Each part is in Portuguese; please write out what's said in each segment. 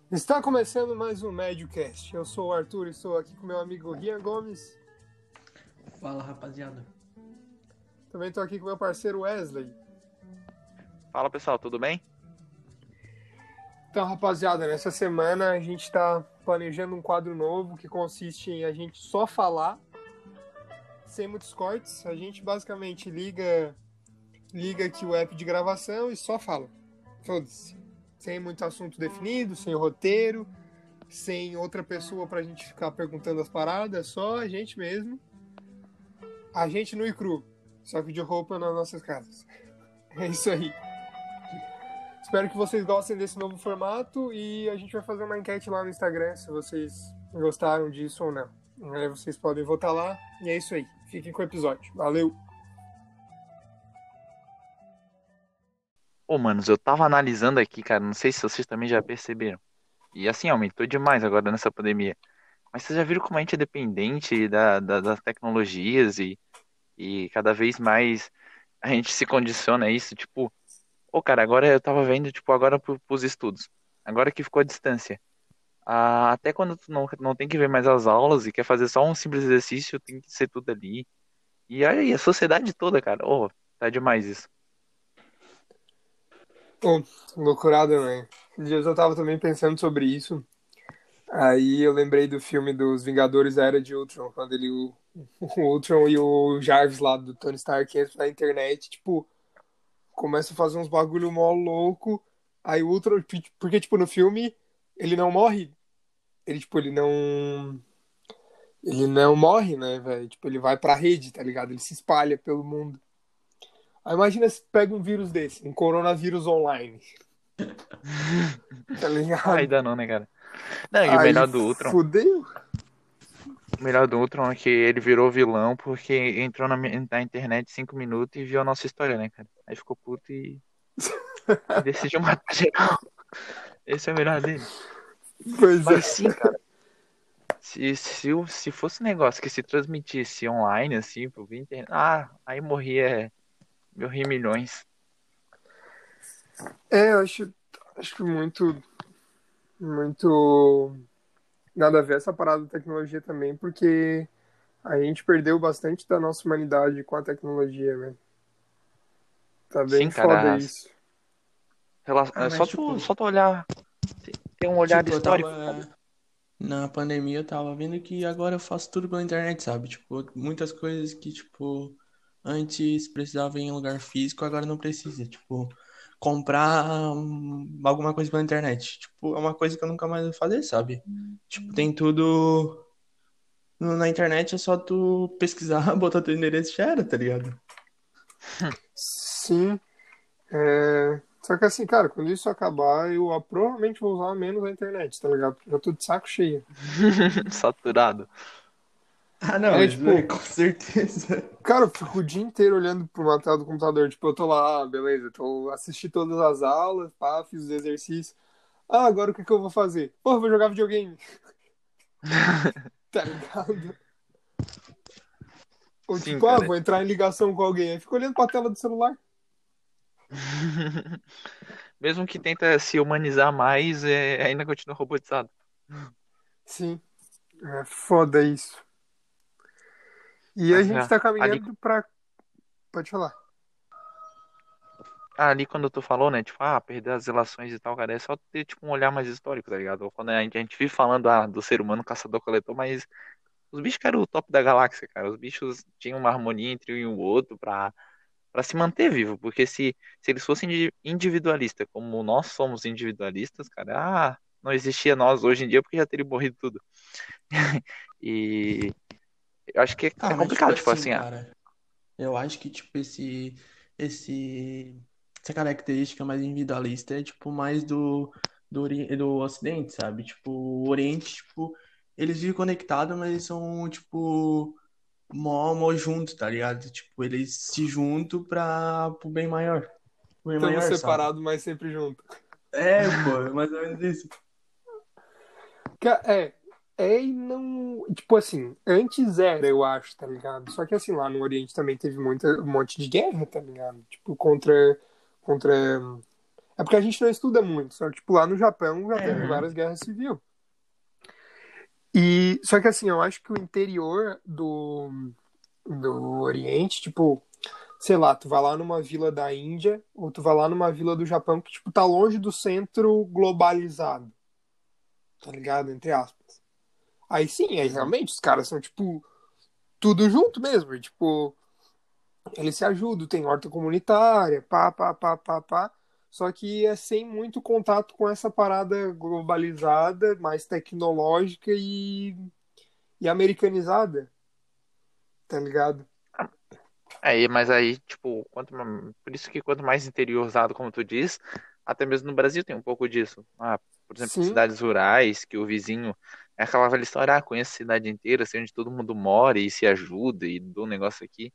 Está começando mais um MédioCast. Eu sou o Arthur e estou aqui com meu amigo Rian Gomes. Fala, rapaziada. Também estou aqui com meu parceiro Wesley. Fala pessoal, tudo bem? Então, rapaziada, nessa semana a gente está planejando um quadro novo que consiste em a gente só falar, sem muitos cortes. A gente basicamente liga aqui o app de gravação e só fala. Foda-se. Sem muito assunto definido, sem roteiro, sem outra pessoa pra gente ficar perguntando as paradas, só a gente mesmo. A gente nu e cru, só que de roupa nas nossas casas. É isso aí. Espero que vocês gostem desse novo formato e a gente vai fazer uma enquete lá no Instagram se vocês gostaram disso ou não. Aí vocês podem votar lá e é isso aí. Fiquem com o episódio. Valeu! Ô, manos, eu tava analisando aqui, cara, não sei se vocês também já perceberam. E assim, aumentou demais agora nessa pandemia. Mas vocês já viram como a gente é dependente das tecnologias e cada vez mais a gente se condiciona a isso? Tipo, ô, cara, agora eu tava vendo, tipo, agora pros estudos. Agora que ficou a distância. Até quando tu não tem que ver mais as aulas e quer fazer só um simples exercício, tem que ser tudo ali. E aí, a sociedade toda, cara, ô, tá demais isso. Pô, loucurada, né? Dias eu tava também pensando sobre isso. Aí eu lembrei do filme dos Vingadores A Era de Ultron, quando o Ultron e o Jarvis lá do Tony Stark entram na internet, tipo, começam a fazer uns bagulho mó louco. Aí o Ultron, porque, tipo, no filme ele não morre. Ele não morre, né, velho? Tipo, ele vai pra rede, tá ligado? Ele se espalha pelo mundo. Aí imagina se pega um vírus desse, um coronavírus online, tá Aí ligado? dá não, né, cara? Não, e Aí fudeu. o melhor do Ultron é que ele virou vilão porque entrou na internet 5 minutos e viu a nossa história, né, cara? Aí ficou puto e decidiu matar geral. Esse é o melhor dele. Pois é. Mas sim, cara, se fosse um negócio que se transmitisse online, assim, por via internet, aí morria milhões. Eu acho que muito nada a ver essa parada da tecnologia também, porque a gente perdeu bastante da nossa humanidade com a tecnologia, né? Tá bem Sim, foda cara, isso. é Mas só tu olhar, ter um olhar eu histórico, cara. tava na pandemia, eu tava vendo que agora eu faço tudo pela internet, sabe? Tipo, muitas coisas que, tipo, antes precisava ir em lugar físico, agora não precisa. Tipo, comprar alguma coisa pela internet. Tipo, é uma coisa que eu nunca mais vou fazer, sabe? Tipo, tem tudo na internet, é só tu pesquisar, botar teu endereço e já era, tá ligado? Sim, só que assim, cara, quando isso acabar, eu provavelmente vou usar menos a internet, tá ligado? Porque eu já tô de saco cheio. Saturado. Ah, não, É isso é tipo, com certeza. cara, eu fico o dia inteiro olhando pro uma tela do computador. Tipo, eu tô lá, beleza, assisti todas as aulas, pá, fiz os exercícios. Agora o que que eu vou fazer? Pô, eu vou jogar videogame, tá ligado? Ou Sim, tipo, cara. vou entrar em ligação com alguém. Aí fico olhando pra tela do celular. Mesmo que tenta se humanizar mais, ainda continua robotizado. Sim, é foda isso. E a Mas gente tá ali, caminhando pra. Pode falar. ali quando tu falou, né, tipo, perder as relações e tal, cara, é só ter, tipo, um olhar mais histórico, tá ligado? Ou quando a gente vive falando do ser humano caçador-coletor, mas os bichos que eram o top da galáxia, cara. Os bichos tinham uma harmonia entre um e o outro pra se manter vivo, porque se eles fossem individualistas, como nós somos individualistas, cara, não existia nós hoje em dia porque já teria morrido tudo. E eu acho que é Mas tipo complicado, tipo assim, assim, cara. Eu acho que, tipo, esse, essa característica mais individualista é, tipo, mais do Ocidente, sabe? Tipo, o Oriente, tipo, eles vivem conectados, mas eles são, tipo, mó juntos, tá ligado? Tipo, eles se juntam pro bem maior. Pro bem Estamos maior, sabe? separados, mas sempre juntos. É, pô, é mais ou menos isso. E não. Tipo assim, antes era, eu acho, tá ligado? Só que assim, lá no Oriente também teve um monte de guerra, tá ligado? Tipo, contra. É porque a gente não estuda muito, só que, tipo, lá no Japão já teve Uhum. várias guerras civis. E, só que assim, eu acho que o interior do Oriente, tipo, sei lá, tu vai lá numa vila da Índia, ou tu vai lá numa vila do Japão que, tipo, tá longe do centro globalizado, tá ligado? Entre aspas. Aí sim, aí Uhum. realmente os caras são, tipo, tudo junto mesmo. E, tipo, eles se ajudam, tem horta comunitária, pá, pá, pá, pá, pá. Só que é sem muito contato com essa parada globalizada, mais tecnológica e americanizada, tá ligado? Mas aí, tipo, por isso que quanto mais interiorizado, como tu diz, até mesmo no Brasil tem um pouco disso. Por exemplo, Sim, cidades rurais, que o vizinho é aquela velha história, conhece a cidade inteira, sei onde todo mundo mora e se ajuda e do negócio aqui.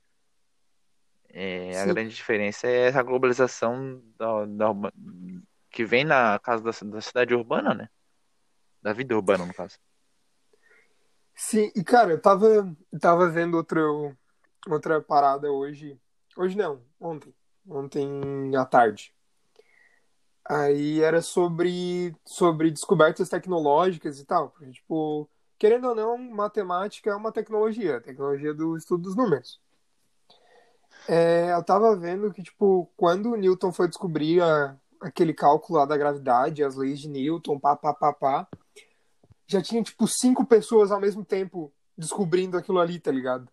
A sim. grande diferença é essa globalização que vem na casa da cidade urbana, né? Da vida urbana, no caso. Sim, e cara, eu tava vendo outra parada hoje. Hoje não, ontem. Ontem à tarde. Aí era sobre descobertas tecnológicas e tal. Porque, tipo, querendo ou não, matemática é uma tecnologia, a tecnologia do estudo dos números. Eu tava vendo que, tipo, quando o Newton foi descobrir aquele cálculo lá da gravidade, as leis de Newton, pá, pá, pá, pá, já tinha, tipo, 5 pessoas ao mesmo tempo descobrindo aquilo ali, tá ligado?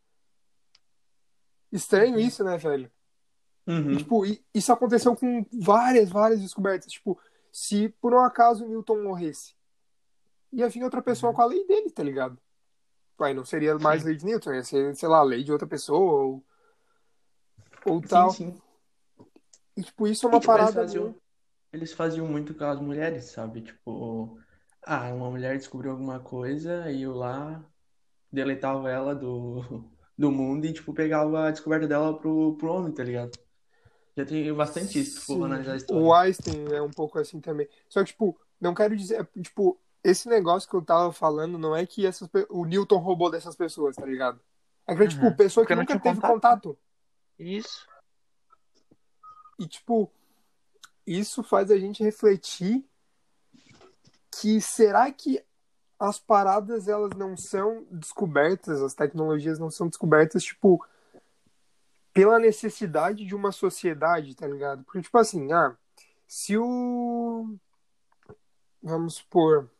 Estranho Uhum. isso, né, velho? E, Uhum. tipo, isso aconteceu com várias descobertas. Tipo, se por um acaso o Newton morresse, ia vir outra pessoa Uhum. com a lei dele, tá ligado? Aí não seria mais Sim. lei de Newton, ia ser, sei lá, a lei de outra pessoa ou Sim, tal. sim. E, tipo, isso é E uma tipo, parada muito. eles faziam muito com as mulheres, sabe? Tipo, uma mulher descobriu alguma coisa e eu lá deletava ela do mundo e, tipo, pegava a descoberta dela pro homem, tá ligado? Já tem bastante isso, se for Sim, analisar a o história. Einstein é um pouco assim também. Só que, tipo, não quero dizer. Tipo, esse negócio que eu tava falando não é que o Newton roubou dessas pessoas, tá ligado? É que, tipo, Uhum. pessoa que Porque não nunca tinha teve contato, né? contato. Isso. E, tipo, isso faz a gente refletir que será que as paradas elas não são descobertas, as tecnologias não são descobertas, tipo, pela necessidade de uma sociedade, tá ligado? Porque, tipo assim, se o. Vamos supor.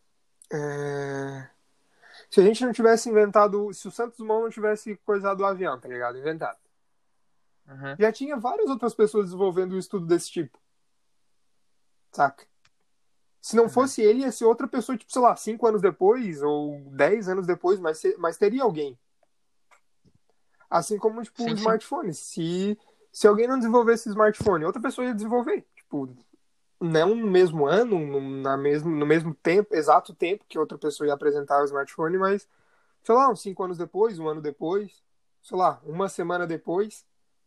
Se a gente não tivesse inventado. Se o Santos Dumont não tivesse coisado o avião, tá ligado? Inventado. Uhum. Já tinha várias outras pessoas desenvolvendo um estudo desse tipo, saca? Se não Uhum. fosse ele, ia ser outra pessoa, tipo, sei lá, 5 anos depois ou 10 anos depois, mas teria alguém. Assim como, tipo, o Sim, sim. smartphone. Se alguém não desenvolvesse smartphone, outra pessoa ia desenvolver. Tipo, não no mesmo ano, no mesmo tempo, exato tempo que outra pessoa ia apresentar o smartphone, mas, sei lá, uns 5 anos depois, um ano depois, sei lá, uma semana depois.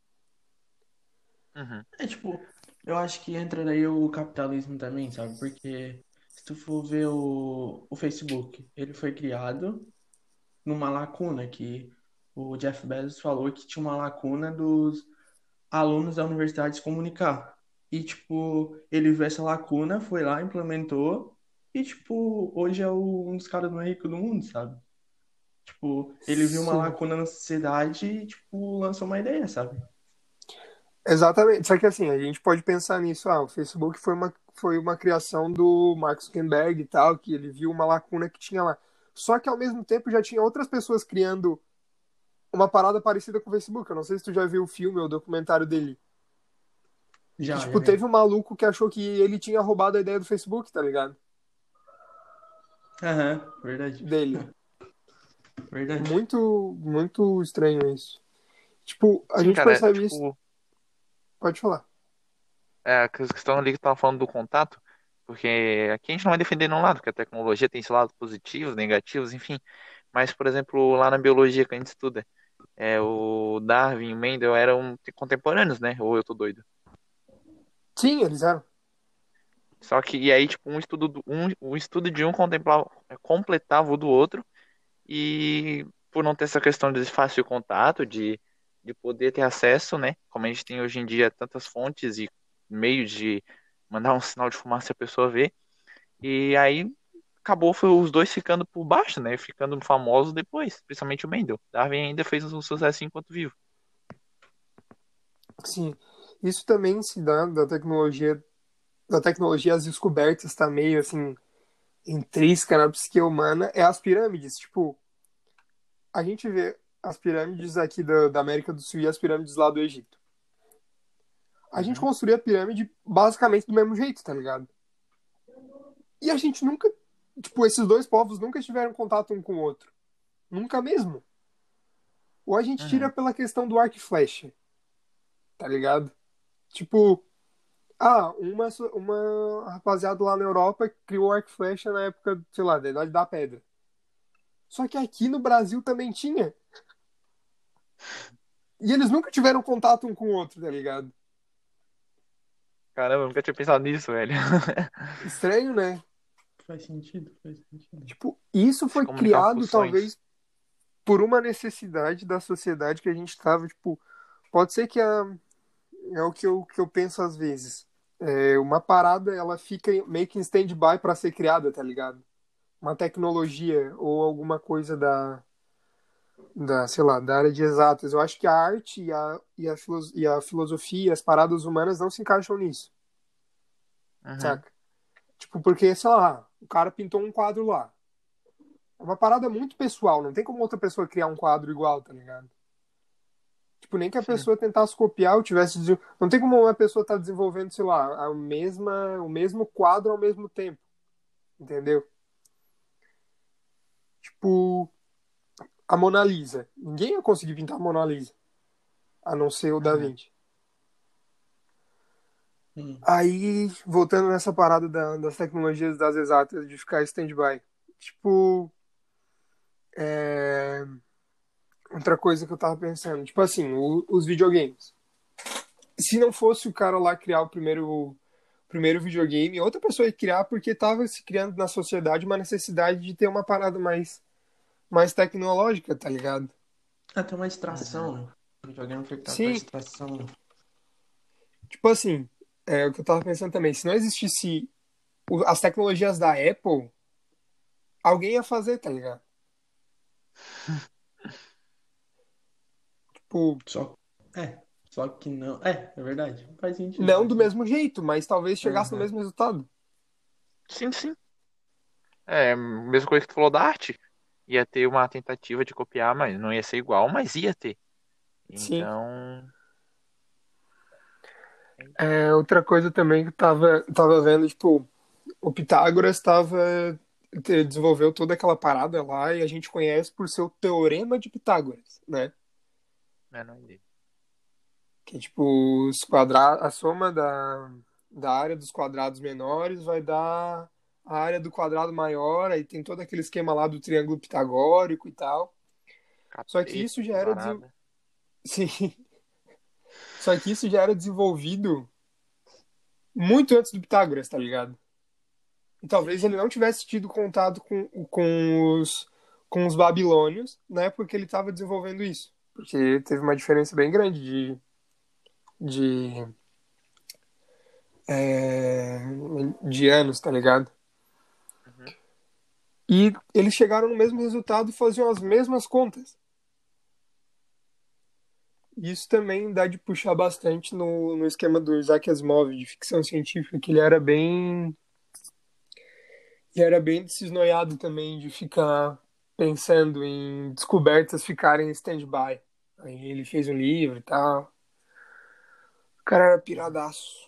Uhum. É tipo, eu acho que entra daí o capitalismo também, sabe? Porque se tu for ver o Facebook, ele foi criado numa lacuna que o Jeff Bezos falou que tinha uma lacuna dos alunos da universidade se comunicar. E, tipo, ele viu essa lacuna, foi lá, implementou, e, tipo, hoje é um dos caras mais ricos do mundo, sabe? Tipo, ele viu uma Sim, lacuna na sociedade e, tipo, lançou uma ideia, sabe? exatamente. Só que assim, a gente pode pensar nisso. O Facebook foi uma criação do Mark Zuckerberg e tal, que ele viu uma lacuna que tinha lá. Só que ao mesmo tempo já tinha outras pessoas criando uma parada parecida com o Facebook. Eu não sei se tu já viu o filme ou o documentário dele. Que, Já tipo, vi. teve um maluco que achou que ele tinha roubado a ideia do Facebook, tá ligado? Aham, verdade. Dele. Verdade. Muito, muito estranho isso. Tipo, a Sim, gente cara, percebe isso. tipo, Pode falar. a questão ali que tava falando do contato, porque aqui a gente não vai defender nenhum lado, porque a tecnologia tem seus lados positivos, negativos, enfim. Mas, por exemplo, lá na biologia que a gente estuda, o Darwin e o Mendel eram contemporâneos, né? Ou eu tô doido? Sim, eles eram. Só que, e aí, tipo, um estudo de um completava o do outro, e por não ter essa questão de fácil contato, de poder ter acesso, né? Como a gente tem hoje em dia tantas fontes e meios de mandar um sinal de fumaça se a pessoa ver. E aí acabou foi os dois ficando por baixo, né? Ficando famosos depois, principalmente o Mendel. Darwin ainda fez um sucesso enquanto vivo. Sim, isso também se dá da tecnologia, as descobertas tá meio assim intrínseca na psique humana é as pirâmides. Tipo, a gente vê as pirâmides aqui da América do Sul e as pirâmides lá do Egito. A gente Uhum. construía a pirâmide basicamente do mesmo jeito, tá ligado? E a gente nunca, tipo, esses dois povos nunca tiveram contato um com o outro. Nunca mesmo. Ou a gente tira Uhum. pela questão do arco e flecha, tá ligado? Tipo, uma rapaziada lá na Europa criou arco e flecha na época, sei lá, da Idade da Pedra. Só que aqui no Brasil também tinha. E eles nunca tiveram contato um com o outro, tá ligado? Caramba, eu nunca tinha pensado nisso, velho. Estranho, né? Faz sentido, faz sentido. Tipo, isso Se foi comunicar por criado sonhos. talvez por uma necessidade da sociedade que a gente tava, tipo, pode ser que é o que eu penso às vezes. É, uma parada, ela fica meio que em stand-by para ser criada, tá ligado? Uma tecnologia ou alguma coisa sei lá, da área de exatas. Eu acho que a arte e a filosofia, as paradas humanas não se encaixam nisso, Uhum. saca? Tipo, porque, sei lá, o cara pintou um quadro lá. É uma parada muito pessoal, não tem como outra pessoa criar um quadro igual, tá ligado? Tipo, nem que a Sim. pessoa tentasse copiar ou tivesse. Não tem como uma pessoa estar desenvolvendo, sei lá, o mesmo quadro ao mesmo tempo, entendeu? Tipo, a Mona Lisa. Ninguém ia conseguir pintar a Mona Lisa, a não ser o Da Uhum. Vinci. Hum. Aí, voltando nessa parada das tecnologias das exatas, de ficar stand-by. Tipo, é, outra coisa que eu tava pensando, tipo assim, os videogames. Se não fosse o cara lá criar o primeiro videogame, outra pessoa ia criar porque tava se criando na sociedade uma necessidade de ter uma parada mais tecnológica, tá ligado? Até uma Uhum. distração, né? O videogame foi criado pra Sim, distração, né? tipo assim, é o que eu tava pensando também, se não existisse as tecnologias da Apple, alguém ia fazer, tá ligado? Tipo, Só. É. Só que não. É verdade. Faz sentido, não faz do sentido. mesmo jeito, mas talvez chegasse no Aham. mesmo resultado. Sim, sim. É, mesma coisa que tu falou da arte. Ia ter uma tentativa de copiar, mas não ia ser igual, mas ia ter. Sim. Então. É, outra coisa também que eu tava vendo, tipo, o Pitágoras desenvolveu toda aquela parada lá e a gente conhece por seu Teorema de Pitágoras, né? É, não é Que é tipo a soma da área dos quadrados menores vai dar a área do quadrado maior, aí tem todo aquele esquema lá do triângulo pitagórico e tal. Só que capeta, isso já as era aradas. Sim. Só que isso já era desenvolvido muito antes do Pitágoras, tá ligado? E Sim, talvez ele sim. não tivesse tido contato com os babilônios na época que ele estava desenvolvendo isso. Porque teve uma diferença bem grande de, é, de anos, tá ligado? Uhum. E eles chegaram no mesmo resultado e faziam as mesmas contas. Isso também dá de puxar bastante no esquema do Isaac Asimov, de ficção científica, que ele era bem desnoiado também de ficar pensando em descobertas ficarem em stand-by. Aí ele fez um livro e tal. O cara era piradaço.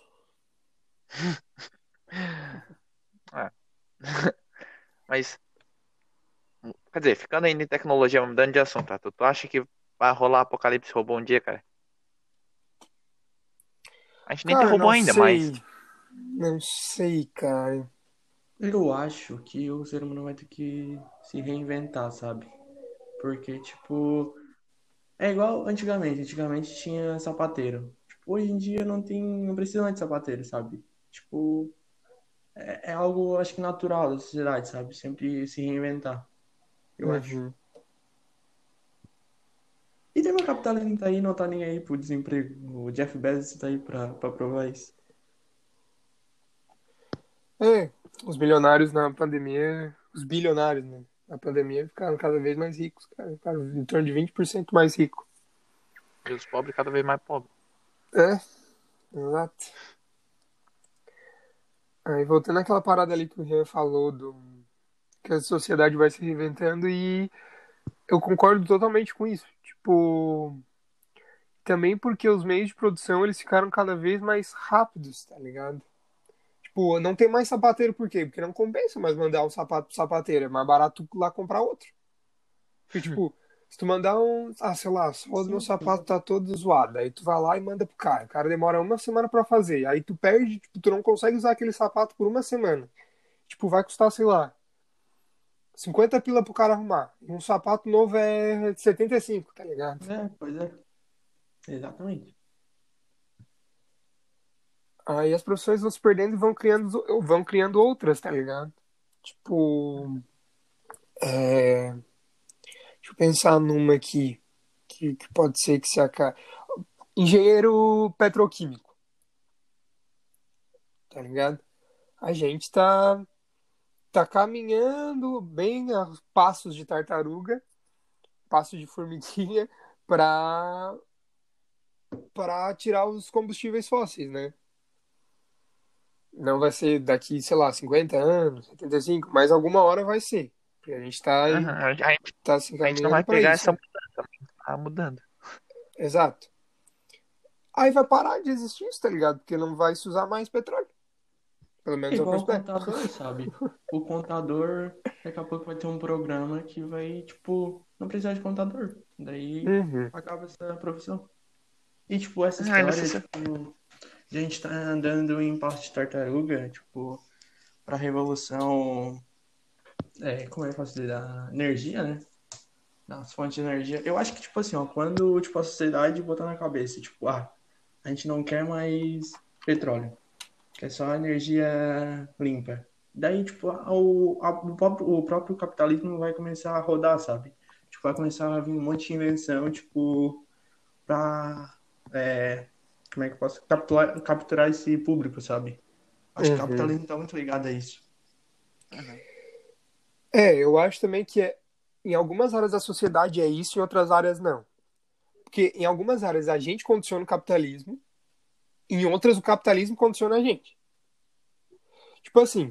É. Mas, quer dizer, ficando ainda em tecnologia, mudando de assunto, tá? Tu acha que vai rolar apocalipse robô um dia, cara? A gente nem tem Cara, robô não ainda, mas. sei. Não sei, cara. Eu acho que o ser humano vai ter que se reinventar, sabe? Porque, tipo, é igual antigamente. Antigamente tinha sapateiro. Tipo, hoje em dia não tem, não precisa mais de sapateiro, sabe? Tipo, é algo, acho que natural da sociedade, sabe? Sempre se reinventar, eu acho. Uhum. E também o capitalismo tá aí, não tá nem aí pro desemprego. O Jeff Bezos tá aí pra provar isso. É, os milionários na pandemia, os bilionários, né? Na pandemia ficaram cada vez mais ricos, cara. Ficaram em torno de 20% mais rico. E os pobres cada vez mais pobres. É, exato. Aí voltando àquela parada ali que o Rian falou do que a sociedade vai se reinventando e eu concordo totalmente com isso. Tipo, também porque os meios de produção eles ficaram cada vez mais rápidos, tá ligado? Tipo, não tem mais sapateiro por quê? Porque não compensa mais mandar um sapato pro sapateiro, é mais barato tu lá comprar outro. Porque, tipo, se tu mandar sei lá, a sola do meu Sim, sapato tá todo zoada, aí tu vai lá e manda pro cara. O cara demora uma semana pra fazer. Aí tu perde, tipo, tu não consegue usar aquele sapato por uma semana. Tipo, vai custar, sei lá, 50 pila pro cara arrumar. E um sapato novo é 75, tá ligado? pois é, exatamente. Aí as profissões vão se perdendo e vão criando outras, tá ligado? Tipo, deixa eu pensar numa aqui que pode ser que se acabe. Engenheiro petroquímico, tá ligado? A gente tá caminhando bem a passos de tartaruga, passos de formiguinha, pra, pra tirar os combustíveis fósseis, né? Não vai ser daqui, sei lá, 50 anos, 75, mas alguma hora vai ser. Porque a gente tá Uhum. aí, tá se A gente não encaminhando vai pra pegar isso, essa né? mudança. Tá mudando. Exato. Aí vai parar de existir isso, tá ligado? Porque não vai se usar mais petróleo. Pelo É menos é o que eu igual o espero. contador, sabe? O contador, daqui a pouco vai ter um programa que vai, tipo, não precisar de contador. Daí Uhum. acaba essa profissão. E, tipo, essa Ah, ainda história, se... tipo, de a gente tá andando em passo de tartaruga, tipo, pra revolução, como é que eu posso dizer, da energia, né? Das fontes de energia. Eu acho que, tipo assim, ó, quando, tipo, a sociedade botar na cabeça, tipo, a gente não quer mais petróleo, quer só energia limpa. Daí, tipo, o próprio capitalismo vai começar a rodar, sabe? Tipo, vai começar a vir um monte de invenção, tipo, pra, como é que eu posso capturar esse público, sabe? Acho que o Uhum. capitalismo tá muito ligado a isso. Uhum. Eu acho também que em algumas áreas da sociedade é isso, em outras áreas não. Porque em algumas áreas a gente condiciona o capitalismo, em outras o capitalismo condiciona a gente. Tipo assim,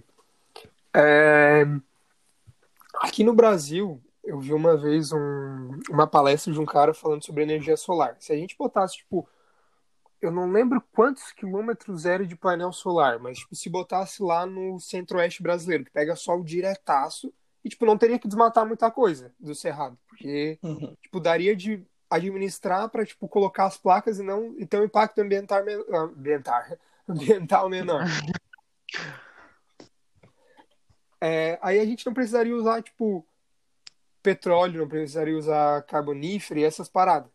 é, aqui no Brasil, eu vi uma vez uma palestra de um cara falando sobre energia solar. Se a gente botasse, tipo, eu não lembro quantos quilômetros era de painel solar, mas, tipo, se botasse lá no centro-oeste brasileiro, que pega sol diretaço, e, tipo, não teria que desmatar muita coisa do cerrado, porque, Uhum. tipo, daria de administrar para, tipo, colocar as placas e ter um impacto ambiental menor. Aí a gente não precisaria usar, tipo, petróleo, não precisaria usar carbonífero e essas paradas.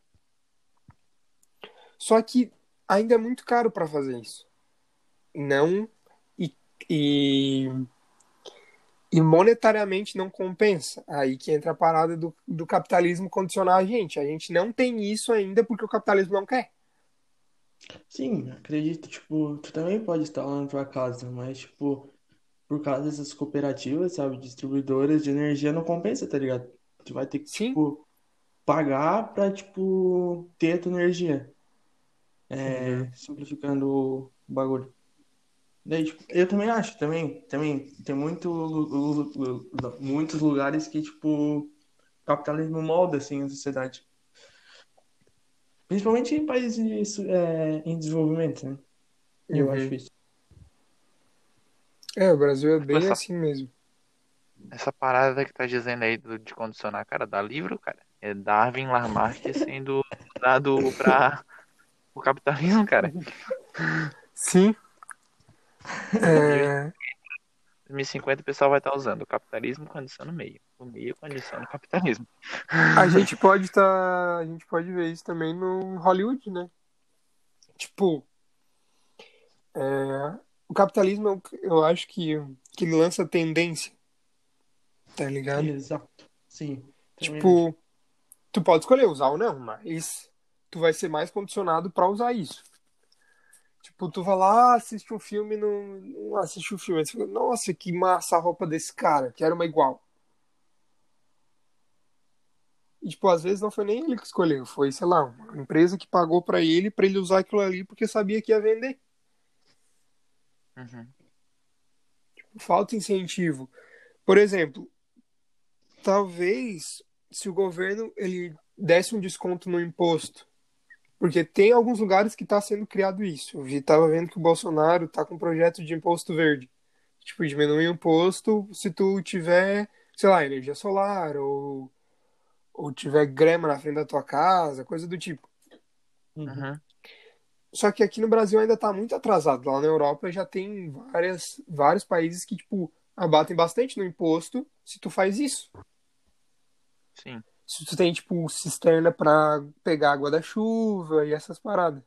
Só que ainda é muito caro para fazer isso. Não e, e, e monetariamente não compensa. Aí que entra a parada do capitalismo condicionar a gente. A gente não tem isso ainda porque o capitalismo não quer. Sim, acredito, tipo, tu também pode estar lá na tua casa, mas, tipo, por causa dessas cooperativas, sabe, distribuidoras de energia não compensa, tá ligado? Tu vai ter que, Sim. tipo, pagar pra, tipo, ter a tua energia. Uhum. Simplificando o bagulho. Daí, tipo, eu também acho, também, tem muitos lugares que, tipo, o capitalismo molda, assim, a sociedade. Principalmente em países em desenvolvimento, né? Eu acho Uhum. isso. O Brasil é Tipo, bem assim mesmo. essa parada que tá dizendo aí de condicionar, cara, dá livro, cara. É Darwin Lamarck sendo dado para o capitalismo, cara. Sim. Em É, 2050 o pessoal vai estar usando o capitalismo condiciona o meio. O meio condiciona o capitalismo. a gente pode ver isso também no Hollywood, né? Tipo, o capitalismo, eu acho que ele lança tendência, tá ligado? Exato. Sim, também acho. Tipo, tu pode escolher usar ou não, mas tu vai ser mais condicionado pra usar isso. Tipo, tu vai lá, assiste um filme, não assiste o filme. Aí você fala, nossa, que massa a roupa desse cara, quero uma igual. E, tipo, às vezes não foi nem ele que escolheu, foi, sei lá, uma empresa que pagou pra ele usar aquilo ali porque sabia que ia vender. Uhum. Falta incentivo. Por exemplo, talvez se o governo ele desse um desconto no imposto, porque tem alguns lugares que está sendo criado isso. Tava vendo que o Bolsonaro tá com um projeto de imposto verde. Tipo, diminuir o imposto se tu tiver, sei lá, energia solar ou tiver grama na frente da tua casa, coisa do tipo. Uhum. Uhum. Só que aqui no Brasil ainda tá muito atrasado. Lá na Europa já tem vários países que, tipo, abatem bastante no imposto se tu faz isso. Sim. Se tu tem, tipo, cisterna pra pegar água da chuva e essas paradas.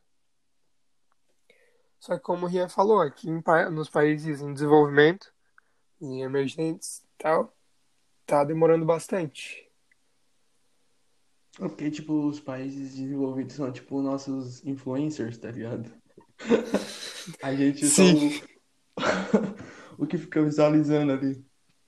Só que como o Rian falou, aqui nos países em desenvolvimento, em emergentes e tal, tá demorando bastante. Porque, tipo, os países desenvolvidos são, tipo, nossos influencers, tá ligado? A gente só Sim. o que fica visualizando ali.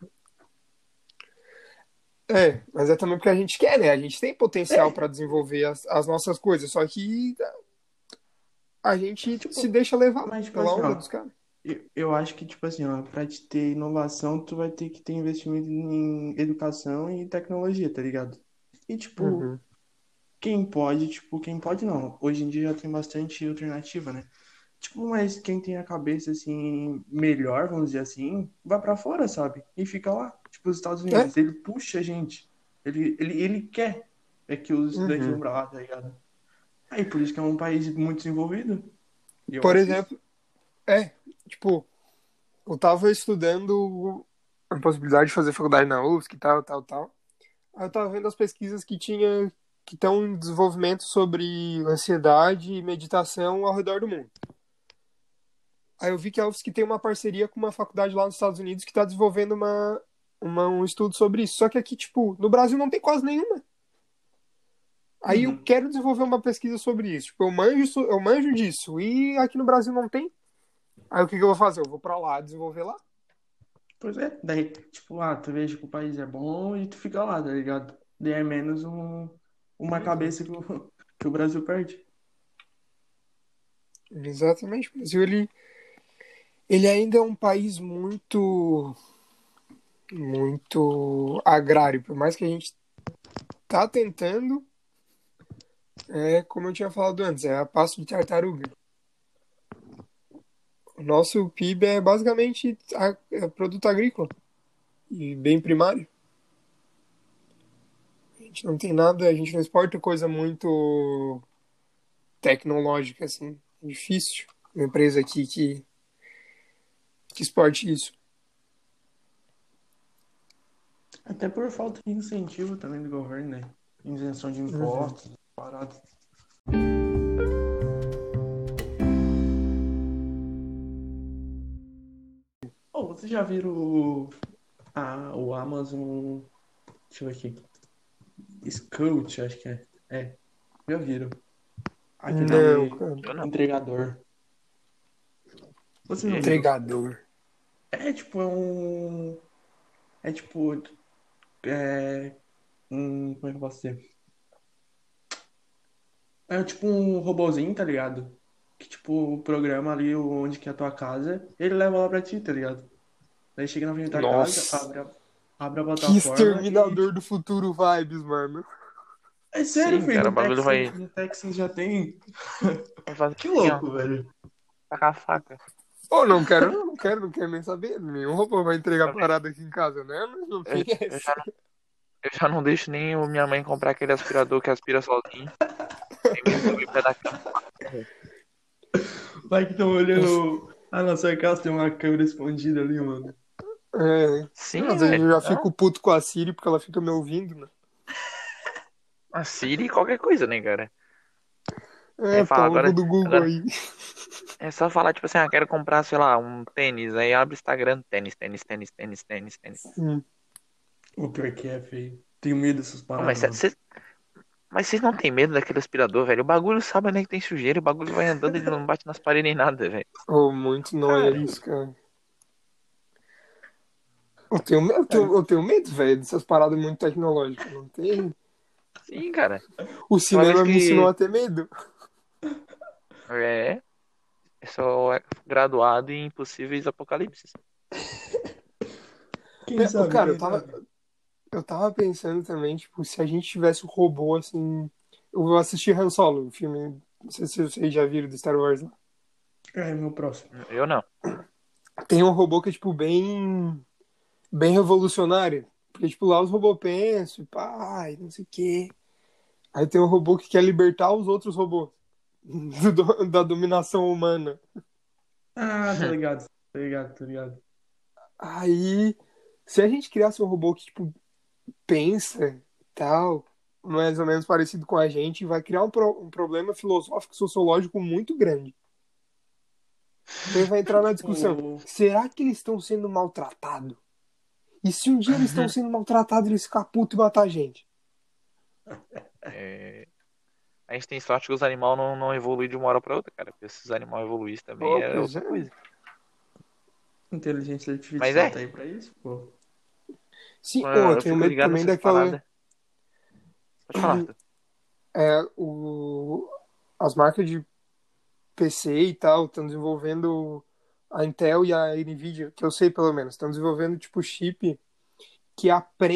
É, mas é também porque a gente quer, né? A gente tem potencial pra desenvolver as nossas coisas, só que a gente se Tipo, deixa levar mas, tipo pela assim, onda ó, dos caras. eu acho que, tipo assim, ó, pra te ter inovação, tu vai ter que ter investimento em educação e tecnologia, tá ligado? E, tipo, Uhum. quem pode não. Hoje em dia já tem bastante alternativa, né? Tipo, mas quem tem a cabeça, assim, melhor, vamos dizer assim, vai pra fora, sabe? E fica lá. Tipo, os Estados É. Unidos, ele puxa a gente. Ele quer que os estudantes vão Uhum. pra lá, tá ligado? Aí, por isso que é um país muito desenvolvido. E eu Por acho isso. exemplo, tipo, eu tava estudando a possibilidade de fazer faculdade na UFSC e tal, tal, tal. Aí eu tava vendo as pesquisas que estão em desenvolvimento sobre ansiedade e meditação ao redor do mundo. Aí eu vi que a UFSC tem uma parceria com uma faculdade lá nos Estados Unidos que está desenvolvendo um estudo sobre isso. Só que aqui, tipo, no Brasil não tem quase nenhuma. Aí eu Uhum. quero desenvolver uma pesquisa sobre isso. Tipo, eu manjo disso. E aqui no Brasil não tem. Aí o que eu vou fazer? Eu vou pra lá desenvolver lá. Pois é, daí, tipo, tu veja que o país é bom e tu fica lá, tá ligado? Daí é menos uma Uhum. cabeça que o Brasil perde. Exatamente. O Brasil, ele ainda é um país muito agrário. Por mais que a gente tá tentando, como eu tinha falado antes, é a passo de tartaruga. O nosso PIB é basicamente produto agrícola e bem primário. A gente não tem nada, a gente não exporta coisa muito tecnológica, assim. É difícil uma empresa aqui que exporte isso. Até por falta de incentivo também do governo, né? Isenção de Uhum. impostos, paradas. Oh, vocês já viram o Amazon. Deixa eu ver aqui. Scout, acho que é. É, já viram. Não, Aquele cara. Eu não. entregador. Vocês não E? viram? Entregador. É tipo, é um. É tipo. É, como é que eu posso dizer? É tipo um robozinho, tá ligado? Que tipo, programa ali onde que é a tua casa, ele leva lá pra ti, tá ligado? Daí chega na frente da casa, Nossa. abre a Que plataforma e. exterminador do futuro vibes, mano. É sério, Sim, filho, cara, o bagulho vai, No Texas já tem. vai fazer Que assim, ó. louco, velho. Tacar a faca. Oh, não quero, não quero nem saber. Nenhum robô vai entregar Também. parada aqui em casa, né? Não Eu, tem eu essa. já, eu já não deixo nem minha mãe comprar aquele aspirador que aspira sozinho. Nem mesmo o pé da cama. Vai que estão olhando. Ah, na sua casa tem uma câmera escondida ali, mano. É. Sim, Às vezes eu velho. já Não. fico puto com a Siri porque ela fica me ouvindo, né? A Siri, qualquer coisa, né, cara? Aí É, fala, pau no cu do Google agora aí. é só falar, tipo assim, quero comprar, sei lá, um tênis. Aí abre o Instagram, tênis, tênis, tênis, tênis, tênis, tênis. Sim. O pior que é, feio. Tenho medo dessas Ô, paradas, mano. Mas vocês não tem medo daquele aspirador, velho? O bagulho sabe, né, que tem sujeira, o bagulho vai andando, ele não bate nas paredes nem nada, velho. Oh, muito noia Cara, isso, cara. Eu tenho medo, velho, dessas paradas muito tecnológicas. Não tem. Sim, cara. O Aquela vez cinema me ensinou que a ter medo. é, é só graduado em possíveis apocalipses. quem sabe, Cara, quem sabe? eu tava pensando também, tipo, se a gente tivesse um robô assim. Eu vou assistir Han Solo, o filme. Não sei se vocês já viram do Star Wars lá. É, meu próximo. Eu não. Tem um robô que é, tipo, bem revolucionário. Porque, tipo, lá os robôs pensam, e pá, e não sei o quê. Aí tem um robô que quer libertar os outros robôs da dominação humana. Ah, tô ligado, tô ligado, tô ligado. Aí, se a gente criasse um robô que, tipo, pensa, tal, mais ou menos parecido com a gente, vai criar um problema filosófico, sociológico muito grande. Porque vai entrar na discussão. Tipo, Será que eles estão sendo maltratados? E se um dia eles estão sendo maltratados, eles ficar putos e matar a gente? É, a gente tem sorte que os animais não evoluem de uma hora pra outra, cara. Porque se os animais evoluíssem também Oh, é pois outra é. coisa. inteligência Mas artificial é, tá aí pra isso, pô. Sim, oh, eu eu tenho fico medo ligado também nessas daquela. paradas. Pode falar, Arthur. As marcas de PC e tal estão desenvolvendo a Intel e a Nvidia, que eu sei pelo menos, estão desenvolvendo tipo chip que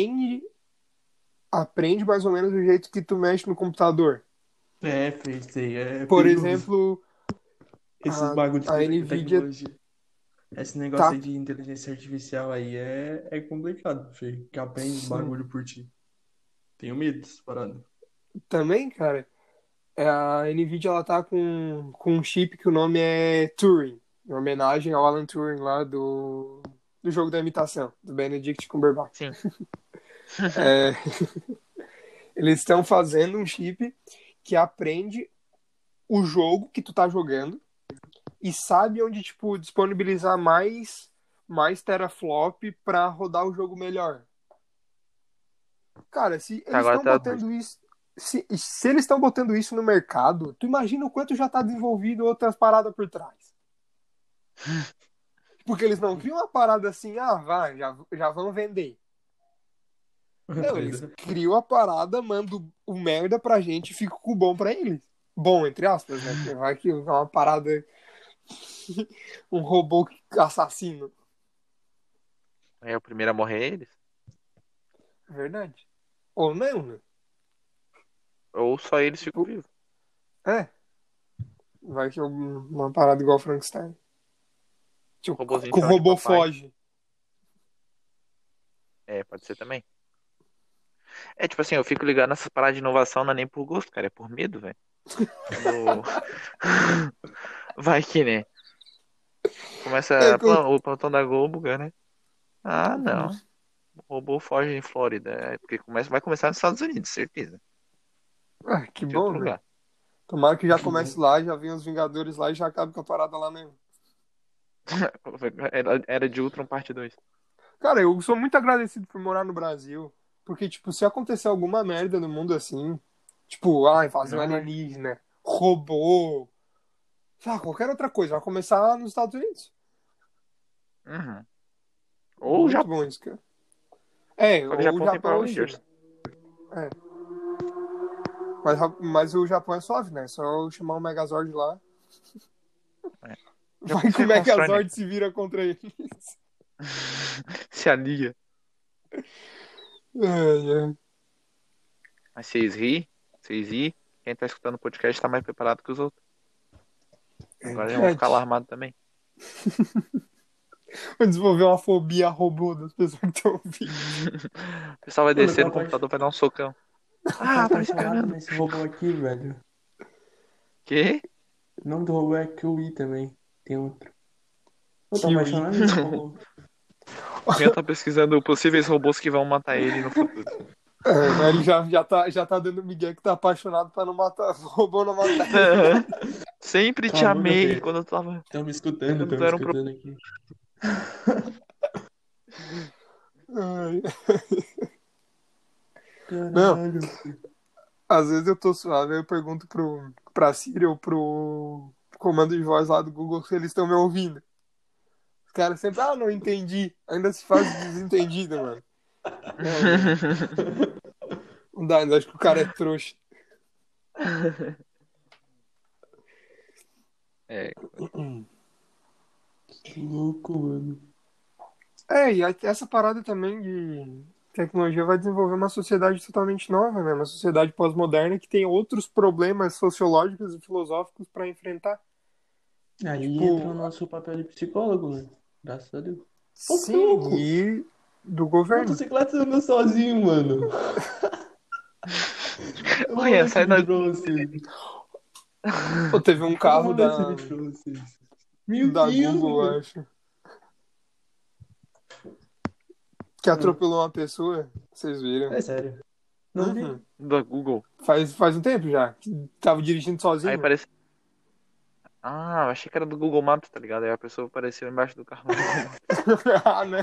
aprende mais ou menos do jeito que tu mexe no computador. É, fez aí, é Por perigoso. exemplo, Esses a, bagulhos a de Nvidia tecnologia. Esse negócio tá aí de inteligência artificial aí é complicado, filho. Que aprende os sim, bagulho por ti. Tenho medo dessa parada. também, cara. A Nvidia ela tá com um chip que o nome é Turing, em homenagem ao Alan Turing lá do jogo da imitação, do Benedict Cumberbatch. Sim. É, eles estão fazendo um chip que aprende o jogo que tu tá jogando e sabe onde, tipo, disponibilizar mais teraflop pra rodar o jogo melhor. Cara, se eles Agora estão tá doido. botando isso. Se eles estão botando isso no mercado, tu imagina o quanto já tá desenvolvido outras paradas por trás. Porque eles não criam uma parada assim, vai, já vão vender. Não, eles criam a parada, mandam o merda pra gente e fica com o bom pra eles. Bom, entre aspas, né? Porque vai que é uma parada. Um robô assassino. É o primeiro a morrer é eles. É verdade. Ou não, né? Ou só eles ficam Tipo, vivos. é. Vai que é uma parada igual Frankenstein. O Tipo, robozinho que o chama de robô papai. foge. É, pode ser também. É tipo assim, eu fico ligado nessas paradas de inovação, não é nem por gosto, cara, é por medo, velho. Quando. Vai que, né? É, Começa o plantão da Globo, cara, né? Ah, não. O robô foge em Flórida. É porque vai começar nos Estados Unidos, certeza. que De outro bom, né? lugar. Tomara que já comece lá, já venha os Vingadores lá e já acabe com a parada lá mesmo. Era de Ultron parte 2. Cara, eu sou muito agradecido por morar no Brasil. Porque, tipo, se acontecer alguma merda no mundo assim, tipo, invasão Não vai. alienígena, robô, qualquer outra coisa, vai começar lá nos Estados Unidos. Uhum. Ou o Muito Japão. bom isso, cara. Agora o Ou o Japão tem Japão Power ou China. Rangers. É. Mas o Japão é suave, né? Só eu chamar o Megazord lá. É. O Japão Vai se que o reconstrói, né? Megazord se vira contra eles. Se alia. Ai, ai. Mas vocês ri. Quem tá escutando o podcast tá mais preparado que os outros. É Agora já vão ficar verdade. alarmados também. Vou desenvolver uma fobia a robô das pessoas que estão ouvindo. O pessoal vai Mano, eu descer tô, no computador, vai dar um socão. eu tô Ah, tá me apaixonado esperando. nesse robô aqui, velho. Quê? O nome do robô é Kiwi também. Tem outro. Eu tô Kiwi. apaixonado nesse robô. O Rian tá pesquisando possíveis robôs que vão matar ele no futuro. Ele já tá dando migué que tá apaixonado pra não matar, o robô não matar ele. Sempre te Cala a boca, amei Fê. quando eu tava. Quando Estão tu me era um escutando aqui. Ai. Não, Caralho, Fê. Às vezes eu tô suave, eu pergunto pra Siri ou pro comando de voz lá do Google se eles estão me ouvindo. Os caras sempre, não entendi. Ainda se faz desentendido, mano. Não, não dá, ainda acho que o cara é trouxa. É, Que louco, mano. E essa parada também de tecnologia vai desenvolver uma sociedade totalmente nova, né? Uma sociedade pós-moderna que tem outros problemas sociológicos e filosóficos pra enfrentar. Aí entra o Tipo, nosso papel de psicólogo, mano. Graças a Deus. Pô, que sim, louco! e do governo. Motocicleta anda sozinho, mano. Eu vou mandar olha, esse sai da. vídeo pra vocês. Pô, teve um Eu vou carro mandar esse vídeo pra vocês. Meu da Deus, Google, mano. acho, que atropelou uma pessoa. Vocês viram? É sério. Não vi. Uhum. Da Google. Faz um tempo já. Que tava dirigindo Aí sozinho. parece. Ah, eu achei que era do Google Maps, tá ligado? Aí a pessoa apareceu embaixo do carro do Google Maps. Ah, não.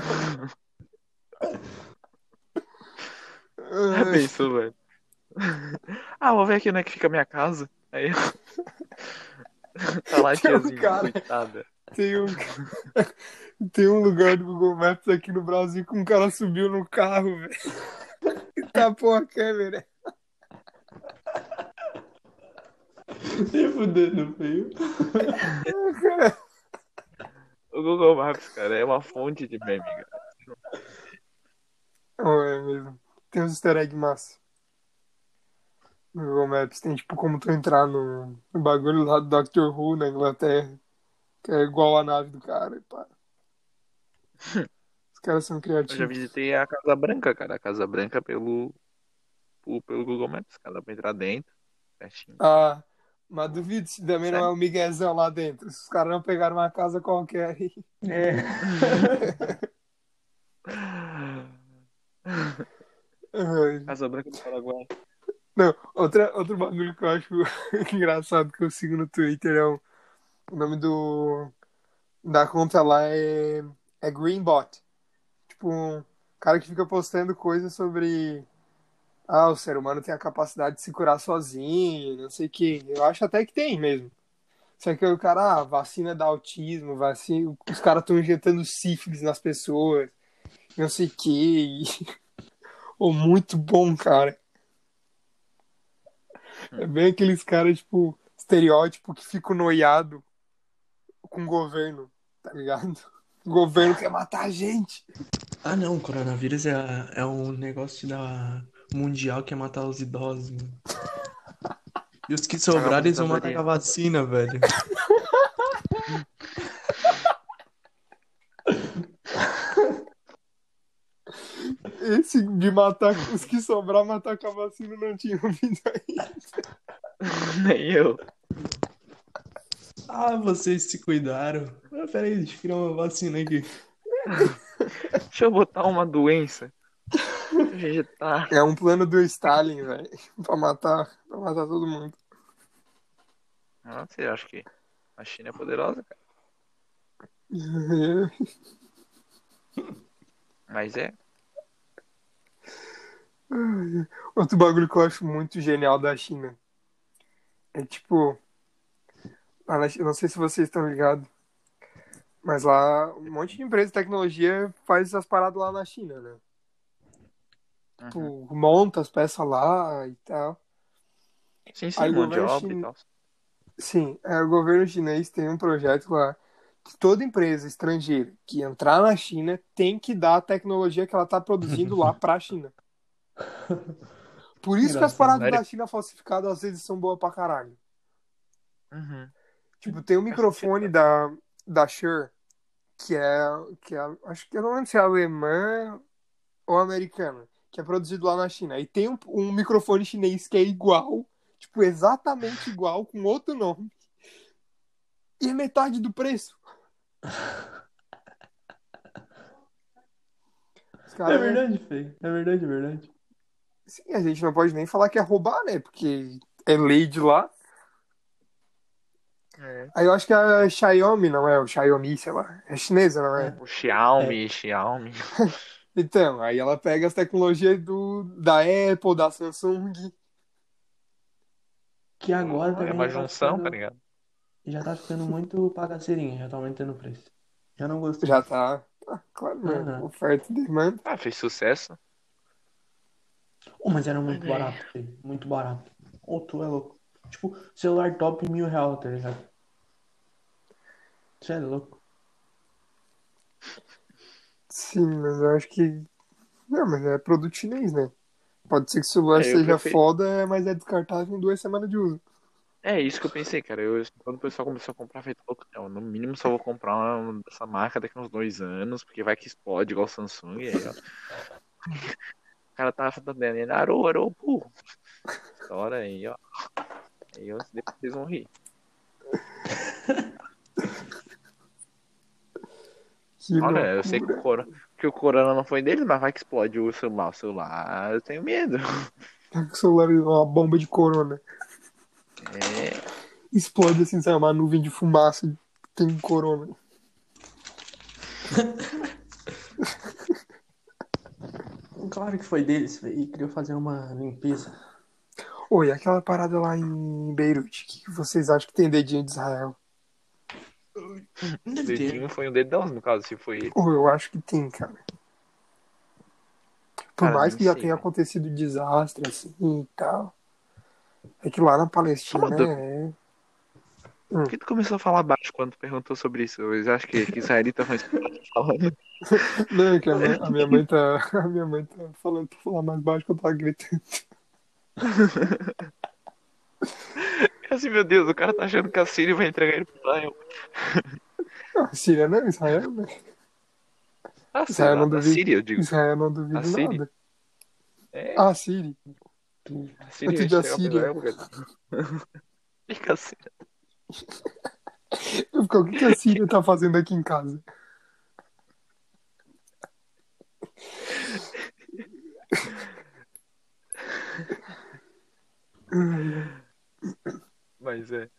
Já Ai, pensou, velho? Ah, vou ver aqui onde é que fica a minha casa. Aí tá lá a tem um tiazinha, cara, coitada. tem um, tem um lugar do Google Maps aqui no Brasil que um cara subiu no carro, velho. E tapou a câmera. Nem fudendo, feio. O Google Maps, cara, é uma fonte de meme, cara. Não é mesmo. Tem uns easter egg massa no Google Maps. Tem tipo como tu entrar no bagulho lá do Doctor Who na Inglaterra, que é igual a nave do cara. E pá. Os caras são Eu já criativos. visitei a Casa Branca, cara. A Casa Branca pelo Google Maps, cara. Dá pra entrar dentro, pertinho. Ah, mas duvido se também não é Sério? um miguezão lá dentro. Se os caras não pegaram uma casa qualquer aí. É. Ai. Casa Branca do Paraguai. Não, outro bagulho que eu acho engraçado que eu sigo no Twitter o nome da conta lá é Greenbot. Tipo, um cara que fica postando coisas sobre o ser humano tem a capacidade de se curar sozinho, não sei o que. Eu acho até que tem mesmo. Só que o cara, vacina dá autismo, vacina, os caras estão injetando sífilis nas pessoas, não sei o que. Oh, muito bom, cara. É bem aqueles caras, tipo, estereótipo que ficam noiado com o governo, tá ligado? O governo quer matar a gente. Ah, não, o coronavírus é um negócio da mundial que é matar os idosos, mano. E os que Pagar sobrarem eles vão matar com a aposentadoria. vacina, velho. Esse de matar os que sobrar, matar com a vacina, não tinha ouvido aí. Nem eu. Ah, vocês se cuidaram. Peraí, deixa eu criar uma vacina aqui. Deixa eu botar uma doença. Deixa eu injetar. É um plano do Stalin, velho, pra matar todo mundo. Ah, você acha que a China é poderosa, cara? Mas é. Outro bagulho que eu acho muito genial da China é tipo, eu não sei se vocês estão ligados, mas lá um monte de empresa de tecnologia faz as paradas lá na China, né? Uhum. Tipo, monta as peças lá e tal. Sim, sim, Aí o mão de governo obra e chinês, tal. sim, o governo chinês tem um projeto lá que toda empresa estrangeira que entrar na China tem que dar a tecnologia que ela tá produzindo lá pra China. Por isso que as Engraçado. paradas Sério? da China falsificadas às vezes são boas pra caralho. Uhum. Tipo, tem um Faz sentido, microfone cara. da Shure, que é, acho que eu não lembro se é alemã ou americana, que é produzido lá na China. E tem um microfone chinês que é igual, tipo, exatamente igual, com outro nome, e é metade do preço. Os É caras, verdade, feio. É verdade, é verdade. sim, a gente não pode nem falar que é roubar, né? Porque é lei de lá. É. Aí eu acho que a Xiaomi, não é? O Xiaomi, sei lá. É chinesa, não é? É. O Xiaomi, É. Xiaomi. Então, aí ela pega as tecnologias da Apple, da Samsung. que agora É também uma junção, tá ligado? já tá ficando muito bagaceirinha, já tá aumentando o preço. Já não gostei. Já tá. Ah, claro, mano. Aham. Oferta e demanda. Ah, fez sucesso. Oh, mas era Mas muito aí. barato, filho. Muito barato. Ô, tu é louco. Tipo, celular top R$ 1.000, tá ligado? Você é louco. Sim, mas eu acho que. Não, mas é produto chinês, né? Pode ser que o celular É, eu seja preferi. foda, mas é descartável em 2 semanas de uso. É isso que eu pensei, cara. Quando o pessoal começou a comprar, eu falei, louco, não, no mínimo só vou comprar uma dessa marca daqui a uns 2 anos, porque vai que explode igual o Samsung. E aí, ó, o cara tava dando, arou, burro. Estoura aí, ó. Aí depois vocês vão rir. Que Olha, eu sei loucura. que o Corona não foi deles, mas vai que explode o celular. O celular, eu tenho medo. Tá com o celular uma bomba de corona. É, Explode assim, sai uma nuvem de fumaça. Tem corona. Claro que foi deles, velho. E queria fazer uma limpeza. Oi, aquela parada lá em Beirute. O que vocês acham que tem dedinho de Israel? Não o deve dedinho ter. foi um dedão, no caso, se foi ele. Ou eu acho que tem, cara. Por Cara, mais nem que já sei, tenha velho. acontecido desastre assim e tal. É que lá na Só uma Palestina dúvida. é. Por que tu começou a falar baixo quando tu perguntou sobre isso? Eu acho que israelita foi falando. Não, é que a minha mãe tá. A minha mãe tá falando pra falar mais baixo que eu tava gritando. Assim, meu Deus, o cara tá achando que a Siri vai entregar ele pro Israel. Ah, Síria não, Israel, né? Ah, sei Israel lá, não da duvido. Síria, eu digo. Israel não A duvido Siri? nada. É, Ah, Siri. a Eu Siri vai entendi a entregar pro Síria. Israel, cara. Fica assim. Eu fico, o que que a Síria tá fazendo aqui em casa? Ai, ai. Mas é.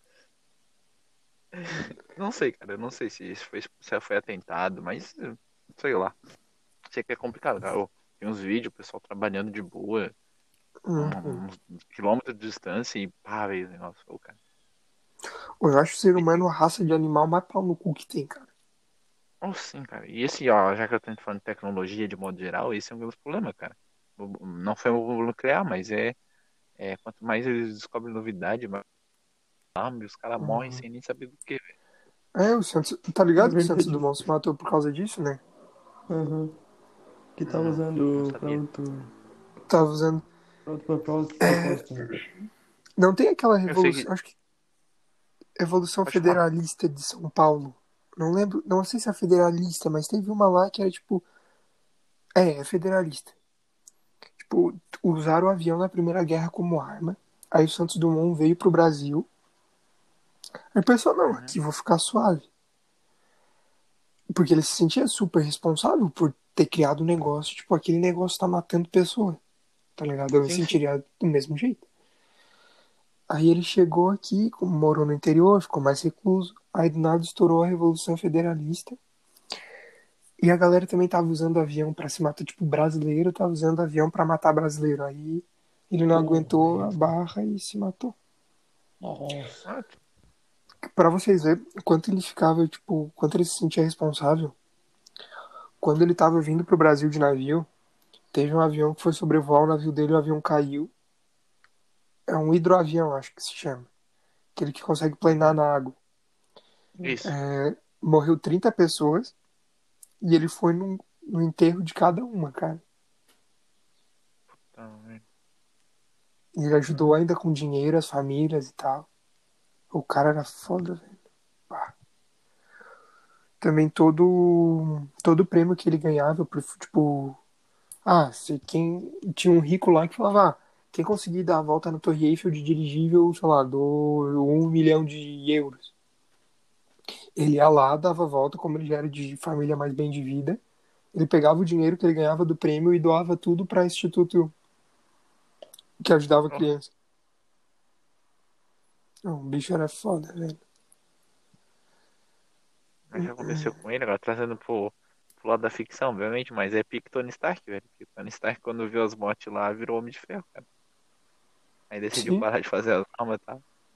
Não sei, cara. Eu não sei se isso foi, se foi atentado, mas sei lá. Sei que é complicado, cara. Ô, tem uns vídeos, o pessoal trabalhando de boa, Uhum. uns quilômetros de distância e pá, veio o negócio. Ô, cara. Eu acho o ser humano a raça de animal mais pau no cu que tem, cara. Oh, sim, cara. E esse, ó, já que eu tô falando de tecnologia de modo geral, esse é um grande problema, cara. Não foi o Google nuclear, mas quanto mais eles descobrem novidade, mais os caras morrem Uhum. sem nem saber do que, velho. É, o Santos. Tá É ligado que o Santos verdade. Dumont se matou por causa disso, né? Aham. Que tá Não usando sabia. Tava usando. pra outro É, propósito, né? não tem aquela Eu sei que. revolução. Acho que Revolução Pode falar. Federalista de São Paulo. Não lembro. Não sei se é federalista, mas teve uma lá que era tipo. É federalista. Tipo, usaram o avião na Primeira Guerra como arma. Aí o Santos Dumont veio pro Brasil. Aí pensou, não, Uhum. aqui vou ficar suave. Porque ele se sentia super responsável por ter criado um negócio. Tipo, aquele negócio tá matando pessoa. Tá ligado? Eu me Sim, sim. sentiria do mesmo jeito. Aí ele chegou aqui, morou no interior, ficou mais recluso. Aí do nada estourou a Revolução Federalista. E a galera também tava usando avião pra se matar. Tipo, brasileiro tava usando avião pra matar brasileiro. Aí ele não Porra, aguentou a velho. barra e se matou. Nossa. Ah, Pra vocês verem quanto ele ficava, tipo, quanto ele se sentia responsável. Quando ele tava vindo pro Brasil de navio, teve um avião que foi sobrevoar o navio dele, o avião caiu. É um hidroavião, acho que se chama. Aquele que consegue planar uhum. na água. Isso. Morreu 30 pessoas e ele foi no enterro de cada uma, cara. Tá, velho. E ele ajudou ainda com dinheiro as famílias e tal. O cara era foda, velho. Pá. Também todo prêmio que ele ganhava, tipo, se quem tinha um rico lá que falava, quem conseguir dar a volta na Torre Eiffel de dirigível, sei lá, dou 1 milhão de euros. Ele ia lá, dava a volta, como ele já era de família mais bem de vida. Ele pegava o dinheiro que ele ganhava do prêmio e doava tudo para instituto que ajudava a Ó, criança. Não, o bicho era foda, velho. mas o que aconteceu com ele, agora trazendo pro lado da ficção, obviamente, mas é pique Tony Stark, velho. Porque Tony Stark, quando viu as mortes lá, virou Homem de Ferro, cara. Aí decidiu Sim, parar de fazer as armas, tá?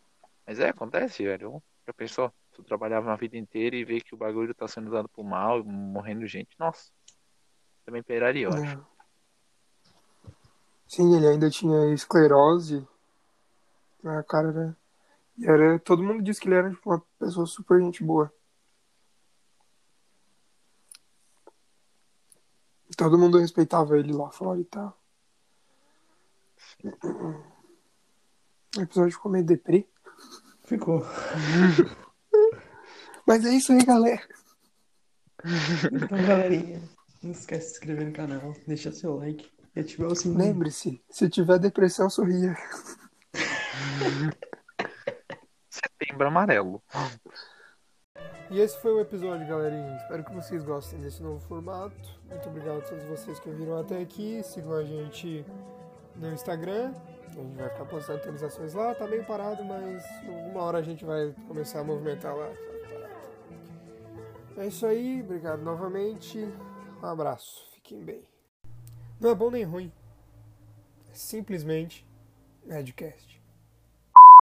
Mas acontece, velho. Já pensou? Se eu trabalhava uma vida inteira e ver que o bagulho tá sendo usado pro mal e morrendo gente, nossa, também peraria, eu acho. É. Sim, ele ainda tinha esclerose. A cara era. Todo mundo disse que ele era tipo, uma pessoa super gente boa. Todo mundo respeitava ele lá fora e tal. O episódio ficou meio deprê. Ficou. Mas é isso aí, galera. Então, galerinha, não esquece de se inscrever no canal, deixa seu like e ativar o sininho. Lembre-se, se tiver depressão, sorria. Setembro Amarelo. E esse foi o episódio, galerinha. Espero que vocês gostem desse novo formato. Muito obrigado a todos vocês que ouviram até aqui. Sigam a gente no Instagram. A gente vai ficar postando atualizações lá. Tá meio parado, mas uma hora a gente vai começar a movimentar lá. É isso aí. Obrigado novamente. Um abraço. Fiquem bem. Não é bom nem ruim. É simplesmente Nerdcast.